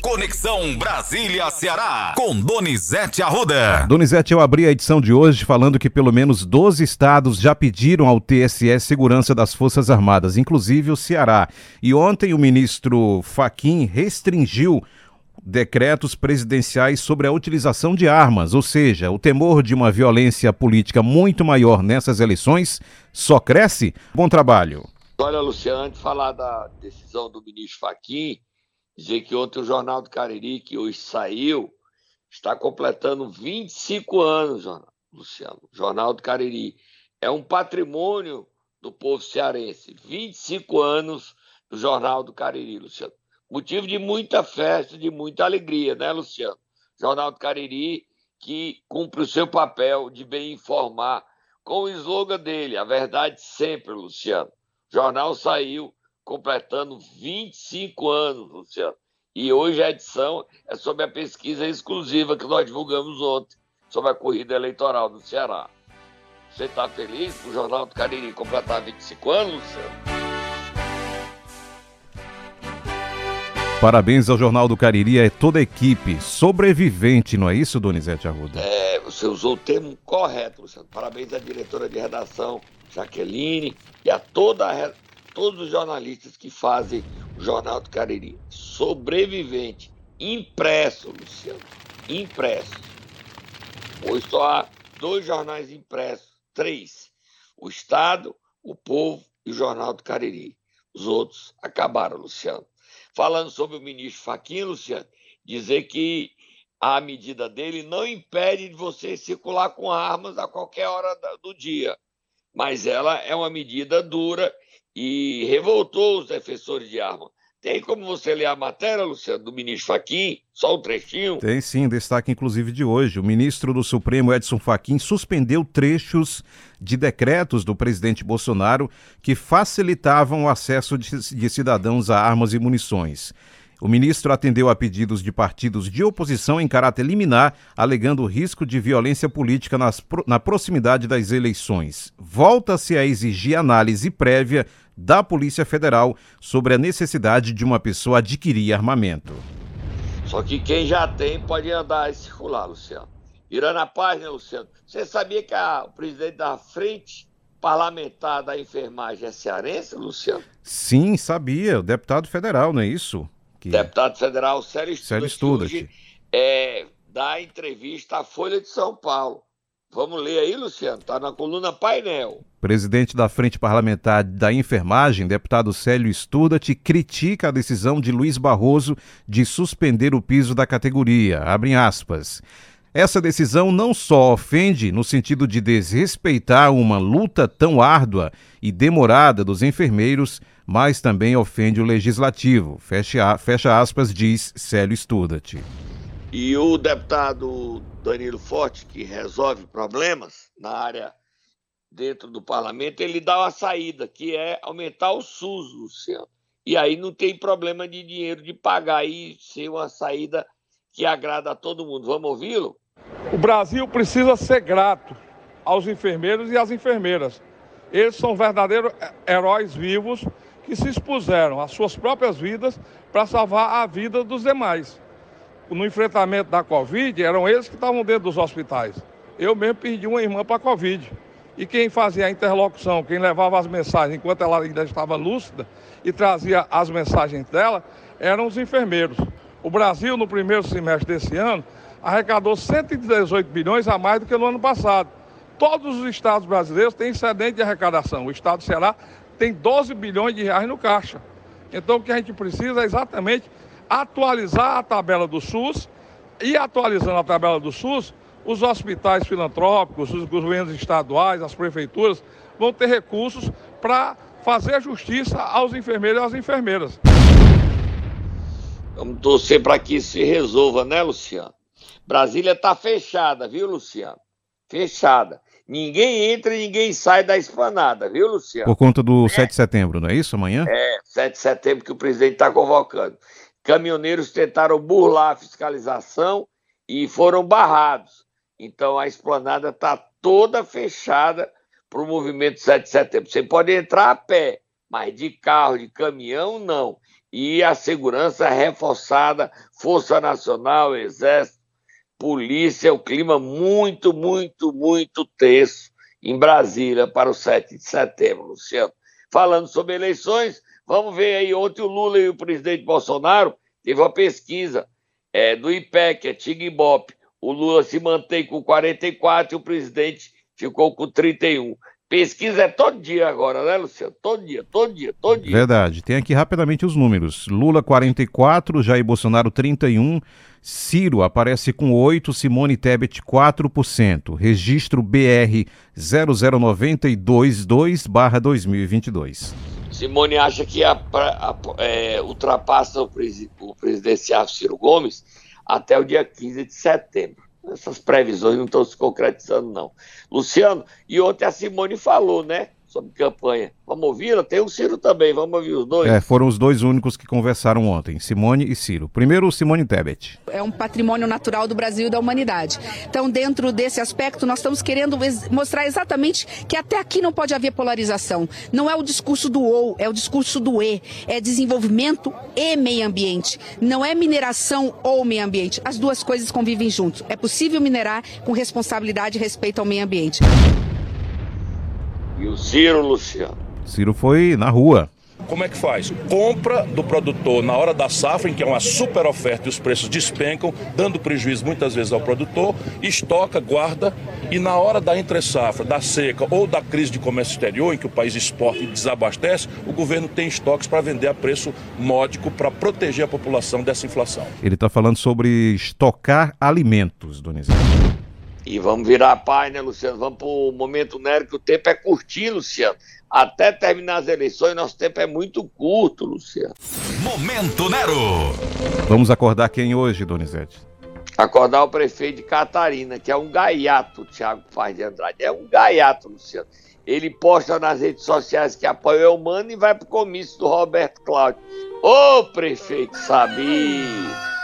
Conexão Brasília-Ceará, com Donizete Arruda. Donizete, eu abri a edição de hoje falando que pelo menos 12 estados já pediram ao TSE segurança das Forças Armadas, inclusive o Ceará. E ontem o ministro Fachin restringiu decretos presidenciais sobre a utilização de armas, ou seja, o temor de uma violência política muito maior nessas eleições só cresce. Bom trabalho. Olha, Luciano, antes de falar da decisão do ministro Fachin, dizer que ontem o Jornal do Cariri, que hoje saiu, está completando 25 anos, Luciano. O Jornal do Cariri é um patrimônio do povo cearense. 25 anos do Jornal do Cariri, Luciano. Motivo de muita festa, de muita alegria, né, Luciano? Jornal do Cariri que cumpre o seu papel de bem informar com o slogan dele, a verdade sempre, Luciano. O jornal saiu completando 25 anos, Luciano. E hoje a edição é sobre a pesquisa exclusiva que nós divulgamos ontem, sobre a corrida eleitoral do Ceará. Você está feliz com o Jornal do Cariri completar 25 anos, Luciano? Parabéns ao Jornal do Cariri, é toda a equipe sobrevivente, não é isso, Donizete Arruda? Você usou o termo correto, Luciano. Parabéns à diretora de redação, Jaqueline, e a todos os jornalistas que fazem o Jornal do Cariri. Sobrevivente, impresso, Luciano, impresso. Hoje só há 2 jornais impressos, 3. O Estado, o Povo e o Jornal do Cariri. Os outros acabaram, Luciano. Falando sobre o ministro Fachin, Luciano, dizer que a medida dele não impede de você circular com armas a qualquer hora do dia, mas ela é uma medida dura e revoltou os defensores de armas. Tem como você ler a matéria, Luciano, do ministro Fachin? Só um trechinho? Tem sim, destaque inclusive de hoje. O ministro do Supremo, Edson Fachin, suspendeu trechos de decretos do presidente Bolsonaro que facilitavam o acesso de cidadãos a armas e munições. O ministro atendeu a pedidos de partidos de oposição em caráter liminar, alegando risco de violência política na proximidade das eleições. Volta-se a exigir análise prévia da Polícia Federal sobre a necessidade de uma pessoa adquirir armamento. Só que quem já tem pode andar e circular, Luciano. Virando a página, Luciano, você sabia que o presidente da Frente Parlamentar da Enfermagem é cearense, Luciano? Sim, sabia. O deputado federal, não é isso? Deputado federal Célio Studat. Hoje dá entrevista à Folha de São Paulo. Vamos ler aí, Luciano? Está na coluna Painel. Presidente da Frente Parlamentar da Enfermagem, deputado Célio Studat, critica a decisão de Luiz Barroso de suspender o piso da categoria. Abre aspas. Essa decisão não só ofende no sentido de desrespeitar uma luta tão árdua e demorada dos enfermeiros, mas também ofende o legislativo. Fecha aspas, diz Célio Studat. E o deputado Danilo Forte, que resolve problemas na área dentro do parlamento, ele dá uma saída, que é aumentar o SUS, Luciano. E aí não tem problema de dinheiro de pagar e ser uma saída que agrada a todo mundo. Vamos ouvi-lo? O Brasil precisa ser grato aos enfermeiros e às enfermeiras. Eles são verdadeiros heróis vivos que se expuseram às suas próprias vidas para salvar a vida dos demais. No enfrentamento da Covid, eram eles que estavam dentro dos hospitais. Eu mesmo perdi uma irmã para a Covid. E quem fazia a interlocução, quem levava as mensagens enquanto ela ainda estava lúcida e trazia as mensagens dela, eram os enfermeiros. O Brasil, no primeiro semestre desse ano, arrecadou 118 bilhões a mais do que no ano passado. Todos os estados brasileiros têm excedente de arrecadação. O estado do Ceará tem 12 bilhões de reais no caixa. Então, o que a gente precisa é exatamente atualizar a tabela do SUS e, atualizando a tabela do SUS, os hospitais filantrópicos, os governos estaduais, as prefeituras vão ter recursos para fazer justiça aos enfermeiros e às enfermeiras. Vamos torcer para que isso se resolva, né, Luciano? Brasília está fechada, viu, Luciano? Fechada. Ninguém entra e ninguém sai da esplanada, viu, Luciano? Por conta do 7 de setembro, não é isso, amanhã? 7 de setembro que o presidente está convocando. Caminhoneiros tentaram burlar a fiscalização e foram barrados. Então a esplanada está toda fechada para o movimento 7 de setembro. Você pode entrar a pé, mas de carro, de caminhão, não. e a segurança reforçada, Força Nacional, Exército, Polícia, o clima muito, muito, muito tenso em Brasília para o 7 de setembro, Luciano. Falando sobre eleições, vamos ver aí, ontem o Lula e o presidente Bolsonaro teve uma pesquisa do IPEC, Tig Ibope. O Lula se mantém com 44 e o presidente ficou com 31. Pesquisa é todo dia agora, né, Luciano? Todo dia. Verdade. Tem aqui rapidamente os números. Lula 44, Jair Bolsonaro 31, Ciro aparece com 8, Simone Tebet 4%. Registro BR 00922/2022. Simone acha que ultrapassa o presidenciável Ciro Gomes até o dia 15 de setembro. Essas previsões não estão se concretizando, não. Luciano, e ontem a Simone falou, né, sobre campanha. Vamos ouvi-la? Tem o Ciro também, vamos ouvir os dois? Foram os dois únicos que conversaram ontem, Simone e Ciro. Primeiro, Simone Tebet. É um patrimônio natural do Brasil e da humanidade. Então, dentro desse aspecto, nós estamos querendo mostrar exatamente que até aqui não pode haver polarização. Não é o discurso do ou, é o discurso do e. É desenvolvimento e meio ambiente. Não é mineração ou meio ambiente. As duas coisas convivem juntos. É possível minerar com responsabilidade e respeito ao meio ambiente. E o Ciro, Luciano? Ciro foi na rua. Como é que faz? Compra do produtor na hora da safra, em que é uma super oferta e os preços despencam, dando prejuízo muitas vezes ao produtor, estoca, guarda, e na hora da entre-safra, da seca ou da crise de comércio exterior, em que o país exporta e desabastece, o governo tem estoques para vender a preço módico para proteger a população dessa inflação. Ele está falando sobre estocar alimentos, Donizete. E vamos virar a página, Luciano. Vamos para o Momento Nero, que o tempo é curtinho, Luciano. Até terminar as eleições, nosso tempo é muito curto, Luciano. Momento Nero. Vamos acordar quem hoje, Donizete? Acordar o prefeito de Catarina, que é um gaiato, Thiago Paz de Andrade. É um gaiato, Luciano. Ele posta nas redes sociais que apoia o Eumano e vai para o comício do Roberto Cláudio. Ô, prefeito, sabia!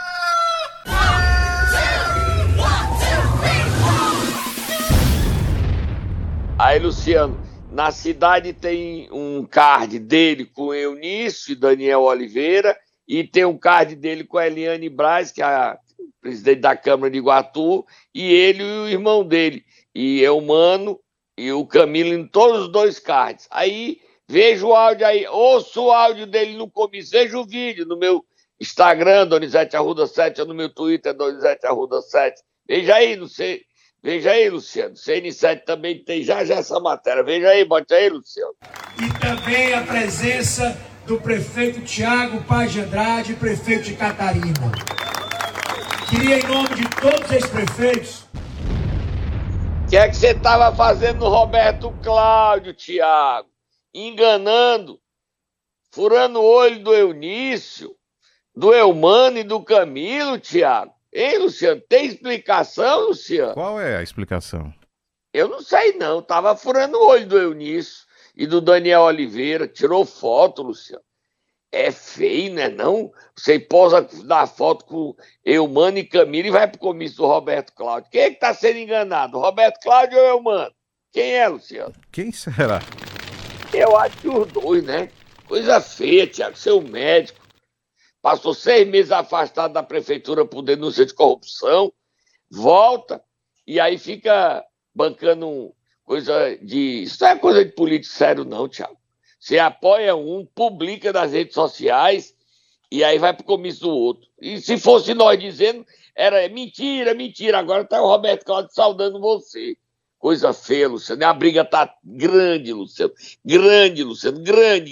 Aí, Luciano, na cidade tem um card dele com Eunício e Daniel Oliveira, e tem um card dele com a Eliane Braz, que é a presidente da Câmara de Iguatu, e ele e o irmão dele, e Eumano e o Camilo, em todos os dois cards. Aí, veja o áudio aí, ouça o áudio dele no comício, veja o vídeo no meu Instagram, Donizete Arruda 7, ou no meu Twitter, Donizete Arruda 7. Veja aí, não sei... Veja aí, Luciano. CN7 também tem já essa matéria. Veja aí, bote aí, Luciano. E também a presença do prefeito Tiago Paz de Andrade, prefeito de Catarina. Queria, em nome de todos esses prefeitos... O que é que você estava fazendo no Roberto Cláudio, Tiago? Enganando, furando o olho do Eunício, do Eumano e do Camilo, Tiago. Hein, Luciano? Tem explicação, Luciano? Qual é a explicação? Eu não sei, não. Tava furando o olho do Eunício e do Daniel Oliveira. Tirou foto, Luciano. É feio, né, não? Você posa na foto com Eumano e Camilo e vai pro comício do Roberto Cláudio. Quem é que tá sendo enganado? Roberto Cláudio ou Eumano? Quem é, Luciano? Quem será? Eu acho que os dois, né? Coisa feia, Tiago. Seu médico. Passou 6 meses afastado da prefeitura por denúncia de corrupção, volta e aí fica bancando coisa de... Isso não é coisa de político sério não, Thiago. Você apoia um, publica nas redes sociais e aí vai pro comício do outro. E se fosse nós dizendo, era mentira, mentira. Agora tá o Roberto Cláudio saudando você. Coisa feia, Luciano. A briga tá grande, Luciano. Grande, Luciano. Grande.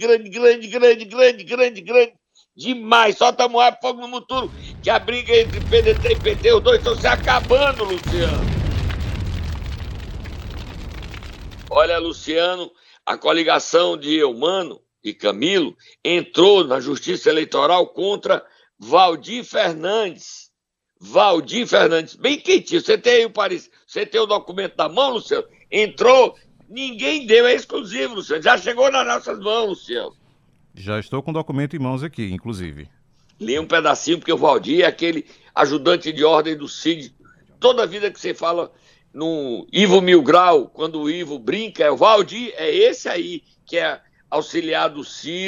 Demais, solta moar fogo no muturo, que a briga entre PDT e PT, os dois estão se acabando, Luciano. Olha, Luciano, a coligação de Eumano e Camilo entrou na Justiça Eleitoral contra Valdir Fernandes. Valdir Fernandes, bem quentinho. Você tem aí o Paris, você tem o documento na mão, Luciano? Entrou, ninguém deu, é exclusivo, Luciano. Já chegou nas nossas mãos, Luciano. Já estou com o documento em mãos aqui, inclusive. Lê um pedacinho, porque o Valdir é aquele ajudante de ordem do Cid. Toda vida que você fala no Ivo Mil Grau, quando o Ivo brinca, é o Valdir, é esse aí, que é auxiliar do Ciro,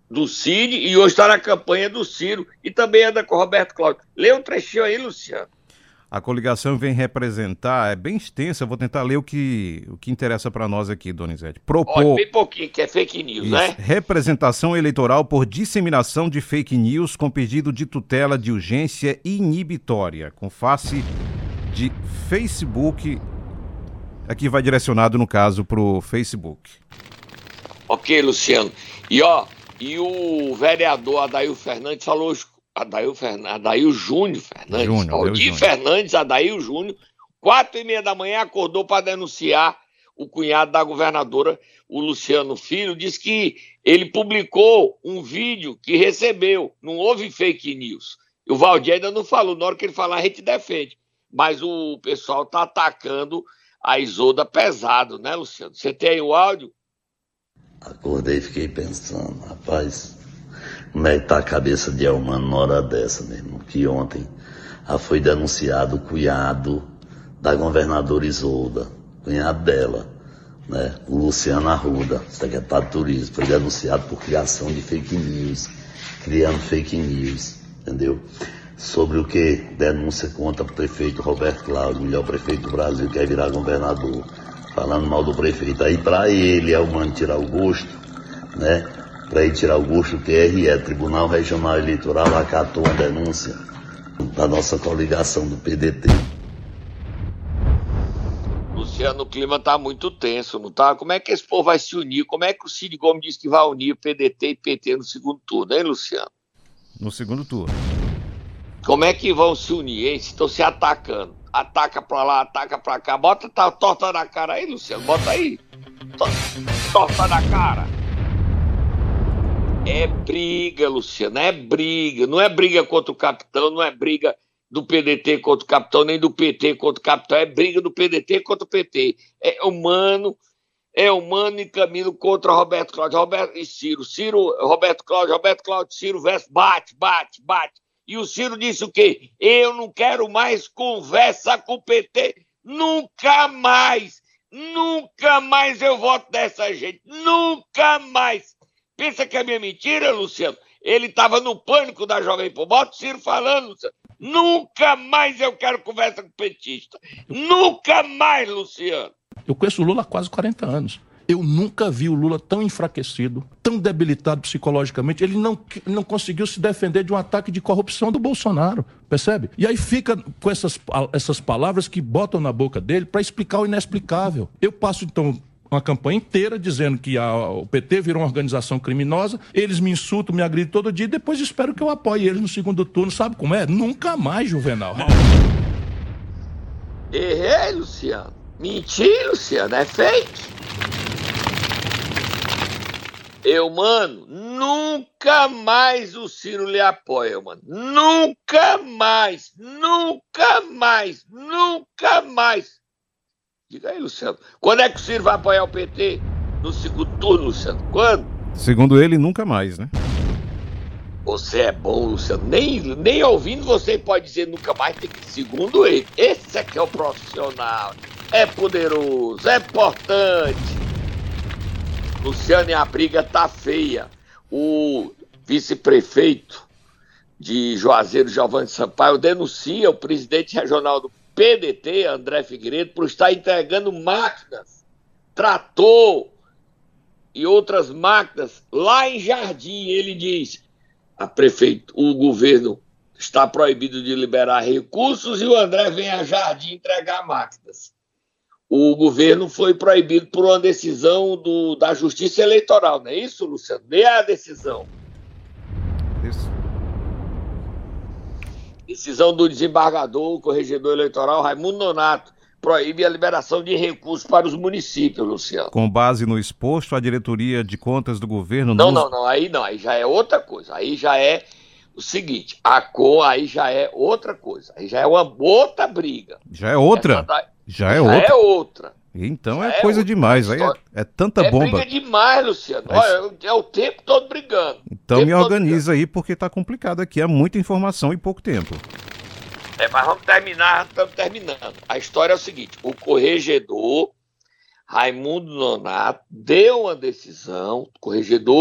do Cid e hoje está na campanha do Ciro e também anda com o Roberto Cláudio. Lê um trechinho aí, Luciano. A coligação vem representar, é bem extensa, eu vou tentar ler o que interessa para nós aqui, Donizete. Olha, bem pouquinho, que é fake news, isso, né? Representação eleitoral por disseminação de fake news com pedido de tutela de urgência inibitória, com face de Facebook. Aqui vai direcionado, no caso, para o Facebook. Ok, Luciano. E o vereador Adail Fernandes falou... Adail Júnior Fernandes. Aldir Fernandes, Adail Júnior, 4h30 da manhã, acordou para denunciar o cunhado da governadora, o Luciano Filho, diz que ele publicou um vídeo que recebeu, não houve fake news. E o Valdir ainda não falou, na hora que ele falar a gente defende. Mas o pessoal está atacando a Isolda pesado, né, Luciano? Você tem aí o áudio? Acordei e fiquei pensando, rapaz, como é que tá a cabeça de Elmano na hora dessa, meu irmão? Que ontem foi denunciado o cunhado da governadora Isolda, cunhado dela, né? O Luciano Arruda, secretário de Turismo, foi denunciado por criação de fake news, criando fake news, entendeu? Sobre o que? Denúncia contra o prefeito Roberto Cláudio, o melhor prefeito do Brasil, que quer virar governador, falando mal do prefeito. Aí para ele, Elmano, tirar o gosto, né? Para ele tirar o gosto, o TRE, Tribunal Regional Eleitoral, acatou a denúncia da nossa coligação do PDT. Luciano, o clima tá muito tenso, não tá? Como é que esse povo vai se unir? Como é que o Cid Gomes disse que vai unir PDT e PT no segundo turno, hein, Luciano? No segundo turno. Como é que vão se unir, hein? Estão se atacando. Ataca pra lá, ataca pra cá. Bota torta na cara aí, Luciano. Bota aí. Torta na cara. É briga, Luciano. É briga. Não é briga contra o capitão, não é briga do PDT contra o capitão, nem do PT contra o capitão. É briga do PDT contra o PT. É humano e Camilo contra Roberto Cláudio. Roberto e Ciro. Roberto Cláudio, Ciro, versus bate. E o Ciro disse o quê? Eu não quero mais conversa com o PT. Nunca mais eu voto dessa gente. Nunca mais. Pensa que é minha mentira, Luciano? Ele estava no pânico da Jovem Pan. Bota o Ciro falando, Luciano. Nunca mais eu quero conversa com o petista. Nunca mais, Luciano. Eu conheço o Lula há quase 40 anos. Eu nunca vi o Lula tão enfraquecido, tão debilitado psicologicamente. Ele não conseguiu se defender de um ataque de corrupção do Bolsonaro, percebe? E aí fica com essas palavras que botam na boca dele para explicar o inexplicável. Eu passo, então, uma campanha inteira dizendo que o PT virou uma organização criminosa, eles me insultam, me agridem todo dia e depois espero que eu apoie eles no segundo turno. Sabe como é? Nunca mais, Juvenal. Errei, Luciano. Mentir, Luciano, é fake. Mano, nunca mais o Ciro lhe apoia, mano. Nunca mais. Diga aí, Luciano. Quando é que o Ciro vai apoiar o PT? No segundo turno, Luciano? Quando? Segundo ele, nunca mais, né? Você é bom, Luciano. Nem ouvindo você pode dizer nunca mais, tem que segundo ele. Esse é que é o profissional. É poderoso, é importante. Luciano, e a briga tá feia. O vice-prefeito de Juazeiro, Giovanni Sampaio, denuncia o presidente regional do PDT, André Figueiredo, por estar entregando máquinas, trator e outras máquinas lá em Jardim. Ele diz: o governo está proibido de liberar recursos e o André vem a Jardim entregar máquinas. O governo foi proibido por uma decisão da Justiça Eleitoral, não é isso, Luciano? Nem a decisão. Isso. Decisão do desembargador, o corregedor eleitoral, Raimundo Nonato, proíbe a liberação de recursos para os municípios, Luciano. Com base no exposto, a diretoria de contas do governo... Aí já é outra coisa. Aí já é o seguinte, aí já é outra coisa. Aí já é uma outra briga. Já é outra? Já é outra. Então é coisa demais. Aí é tanta bomba. É briga demais, Luciano. Olha, é o tempo todo brigando. Então me organiza aí, porque tá complicado aqui. É muita informação em pouco tempo. Mas estamos terminando. A história é o seguinte: o corregedor Raimundo Nonato deu uma decisão, corregedor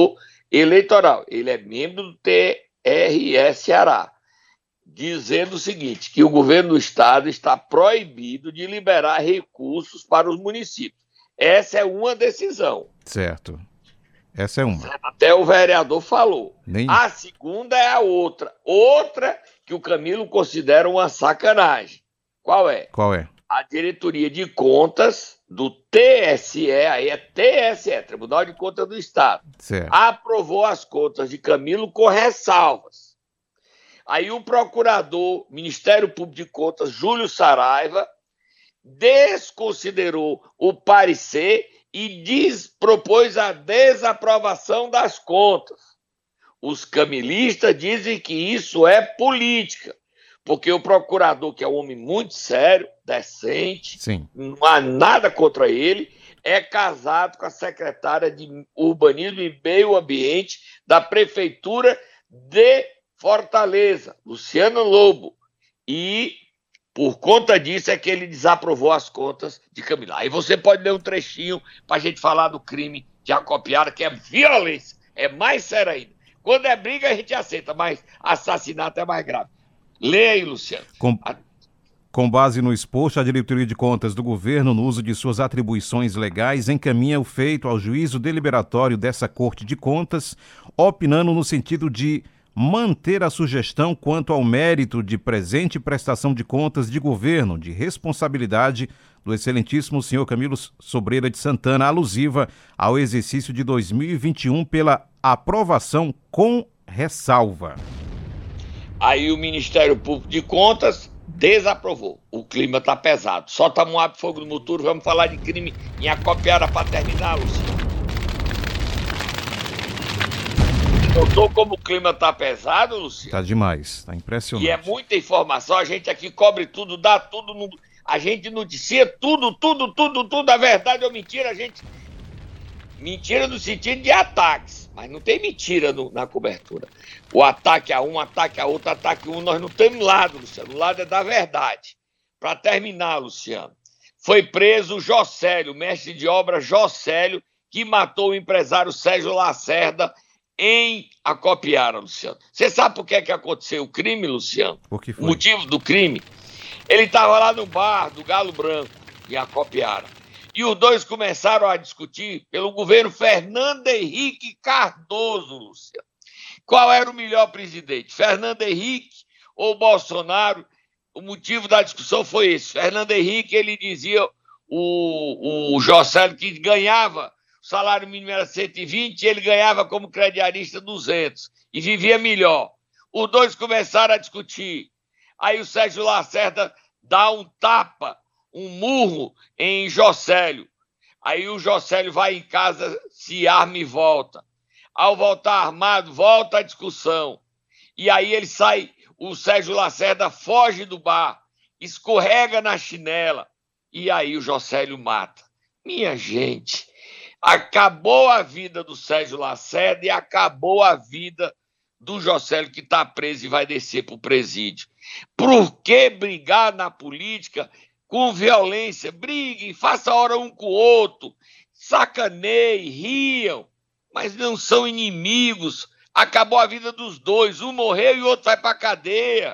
Eleitoral. Ele é membro do TRE Ceará, dizendo o seguinte, que o governo do estado está proibido de liberar recursos para os municípios. Essa é uma decisão. Certo. Essa é uma. Até o vereador falou. A segunda é a outra. Outra que o Camilo considera uma sacanagem. Qual é? Qual é? A diretoria de contas do TSE, aí é TSE, Tribunal de Contas do Estado, certo, aprovou as contas de Camilo com ressalvas. Aí o procurador, Ministério Público de Contas, Júlio Saraiva, desconsiderou o parecer e propôs a desaprovação das contas. Os camilistas dizem que isso é política, porque o procurador, que é um homem muito sério, decente, sim, não há nada contra ele, é casado com a secretária de Urbanismo e Meio Ambiente da Prefeitura de Fortaleza, Luciana Lobo, e por conta disso é que ele desaprovou as contas de Camilo. Aí você pode ler um trechinho para a gente falar do crime de Acopiara, que é violência, é mais sério ainda. Quando é briga a gente aceita, mas assassinato é mais grave. Leia aí, Luciano. Com base no exposto, a Diretoria de Contas do Governo, no uso de suas atribuições legais, encaminha o feito ao juízo deliberatório dessa Corte de Contas, opinando no sentido de manter a sugestão quanto ao mérito de presente prestação de contas de governo, de responsabilidade do excelentíssimo senhor Camilo Sobreira de Santana, alusiva ao exercício de 2021 pela aprovação com ressalva. Aí o Ministério Público de Contas desaprovou. O clima está pesado. Solta Moab, fogo no motor. Vamos falar de crime em Acopiara para terminar, Luciano. Notou como o clima tá pesado, Luciano? Tá demais, tá impressionante. E é muita informação, a gente aqui cobre tudo, dá tudo, a gente noticia tudo, a verdade ou mentira, a gente... Mentira no sentido de ataques, mas não tem mentira na cobertura. O ataque a um, ataque a outro, ataque a um, nós não temos lado, Luciano, o lado é da verdade. Para terminar, Luciano, foi preso o Jocélio, mestre de obra Jocélio, que matou o empresário Sérgio Lacerda, em Acopiara, Luciano. Você sabe por que aconteceu o crime, Luciano? Por que foi? O motivo do crime? Ele estava lá no bar do Galo Branco, em Acopiara. E os dois começaram a discutir pelo governo Fernando Henrique Cardoso, Luciano. Qual era o melhor presidente? Fernando Henrique ou Bolsonaro? O motivo da discussão foi esse. Fernando Henrique, ele dizia, o Jocélio, que ganhava... O salário mínimo era 120 e ele ganhava como crediarista 200 e vivia melhor. Os dois começaram a discutir. Aí o Sérgio Lacerda dá um tapa, um murro em Jocélio. Aí o Jocélio vai em casa, se arma e volta. Ao voltar armado, volta a discussão. E aí ele sai, o Sérgio Lacerda foge do bar, escorrega na chinela e aí o Jocélio mata. Minha gente... Acabou a vida do Sérgio Lacerda e acabou a vida do Jocélio, que está preso e vai descer para o presídio. Por que brigar na política com violência? Briguem, faça hora um com o outro, sacaneiem, riam, mas não são inimigos. Acabou a vida dos dois, um morreu e o outro vai para a cadeia.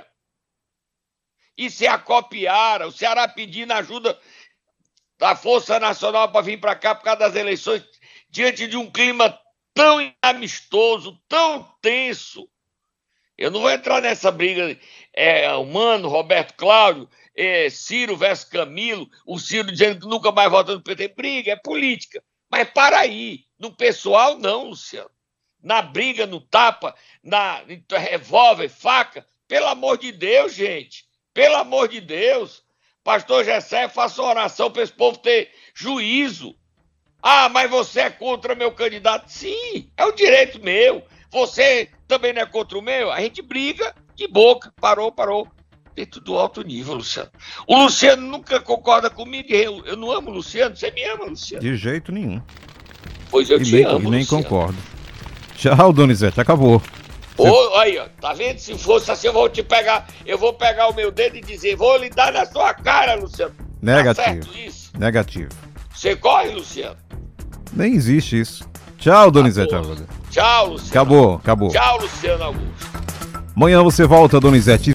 Isso é Acopiara, o Ceará pedindo ajuda da Força Nacional para vir para cá por causa das eleições, diante de um clima tão amistoso, tão tenso. Eu não vou entrar nessa briga, Mano, Roberto Cláudio, Ciro versus Camilo, o Ciro dizendo que nunca mais vota no PT. Briga, é política. Mas para aí, no pessoal não, Luciano. Na briga, no tapa, na revólver, faca, pelo amor de Deus, gente, pelo amor de Deus. Pastor Gessé, faça uma oração para esse povo ter juízo. Ah, mas você é contra meu candidato? Sim, é o direito meu. Você também não é contra o meu? A gente briga de boca. Parou. Dentro do alto nível, Luciano. O Luciano nunca concorda comigo. Eu não amo o Luciano. Você me ama, Luciano? De jeito nenhum. Pois eu te amo, e nem Luciano. Concordo. Tchau, Donizete, acabou. Aí, ó, tá vendo? Se fosse assim, eu vou te pegar. Eu vou pegar o meu dedo e dizer, vou lhe dar na sua cara, Luciano. Negativo. Tá certo isso? Negativo. Você corre, Luciano? Nem existe isso. Tchau, Donizete Arruda. Tchau, Luciano. Acabou. Tchau, Luciano Augusto. Amanhã você volta, Donizete.